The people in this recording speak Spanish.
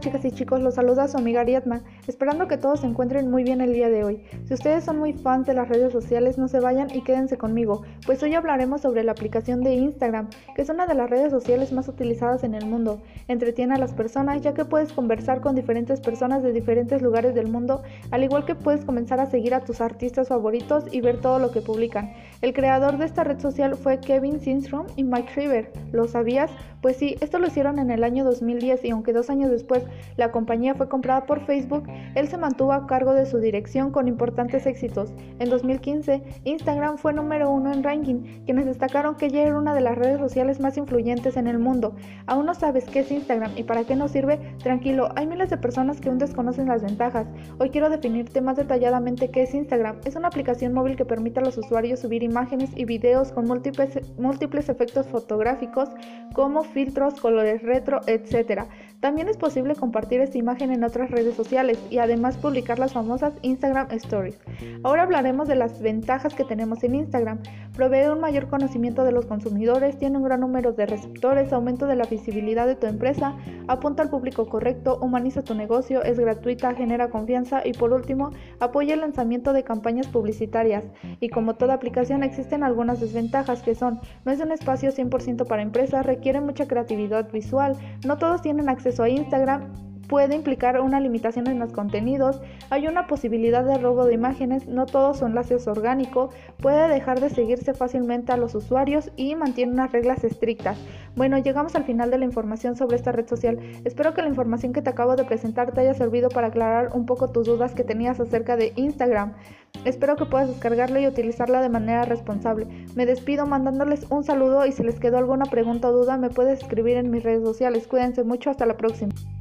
chicas y chicos, los saluda su amiga Ariadna, esperando que todos se encuentren muy bien el día de hoy. Si ustedes son muy fans de las redes sociales, no se vayan y quédense conmigo, pues hoy hablaremos sobre la aplicación de Instagram, que es una de las redes sociales más utilizadas en el mundo. Entretiene a las personas ya que puedes conversar con diferentes personas de diferentes lugares del mundo, al igual que puedes comenzar a seguir a tus artistas favoritos y ver todo lo que publican. El creador de esta red social fue Kevin Systrom y Mike River. ¿Lo sabías? Pues sí, esto lo hicieron en el año 2010 y aunque 2 años después la compañía fue comprada por Facebook, él se mantuvo a cargo de su dirección con importantes éxitos. En 2015, Instagram fue número 1 en ranking, quienes destacaron que ya era una de las redes sociales más influyentes en el mundo. ¿Aún no sabes qué es Instagram y para qué nos sirve? Tranquilo, hay miles de personas que aún desconocen las ventajas. Hoy quiero definirte más detalladamente qué es Instagram. Es una aplicación móvil que permite a los usuarios subir imágenes y videos con múltiples efectos fotográficos como filtros, colores retro, etc. También es posible compartir esta imagen en otras redes sociales y además publicar las famosas Instagram Stories. Ahora hablaremos de las ventajas que tenemos en Instagram. Provee un mayor conocimiento de los consumidores, tiene un gran número de receptores, aumento de la visibilidad de tu empresa, apunta al público correcto, humaniza tu negocio, es gratuita, genera confianza y por último, apoya el lanzamiento de campañas publicitarias. Y como toda aplicación existen algunas desventajas que son, no es un espacio 100% para empresas, requiere mucha creatividad visual, no todos tienen acceso a Instagram, puede implicar una limitación en los contenidos, hay una posibilidad de robo de imágenes, no todo su enlace es orgánico, puede dejar de seguirse fácilmente a los usuarios y mantiene unas reglas estrictas. Bueno, llegamos al final de la información sobre esta red social. Espero que la información que te acabo de presentar te haya servido para aclarar un poco tus dudas que tenías acerca de Instagram. Espero que puedas descargarla y utilizarla de manera responsable. Me despido mandándoles un saludo y si les quedó alguna pregunta o duda me puedes escribir en mis redes sociales. Cuídense mucho, hasta la próxima.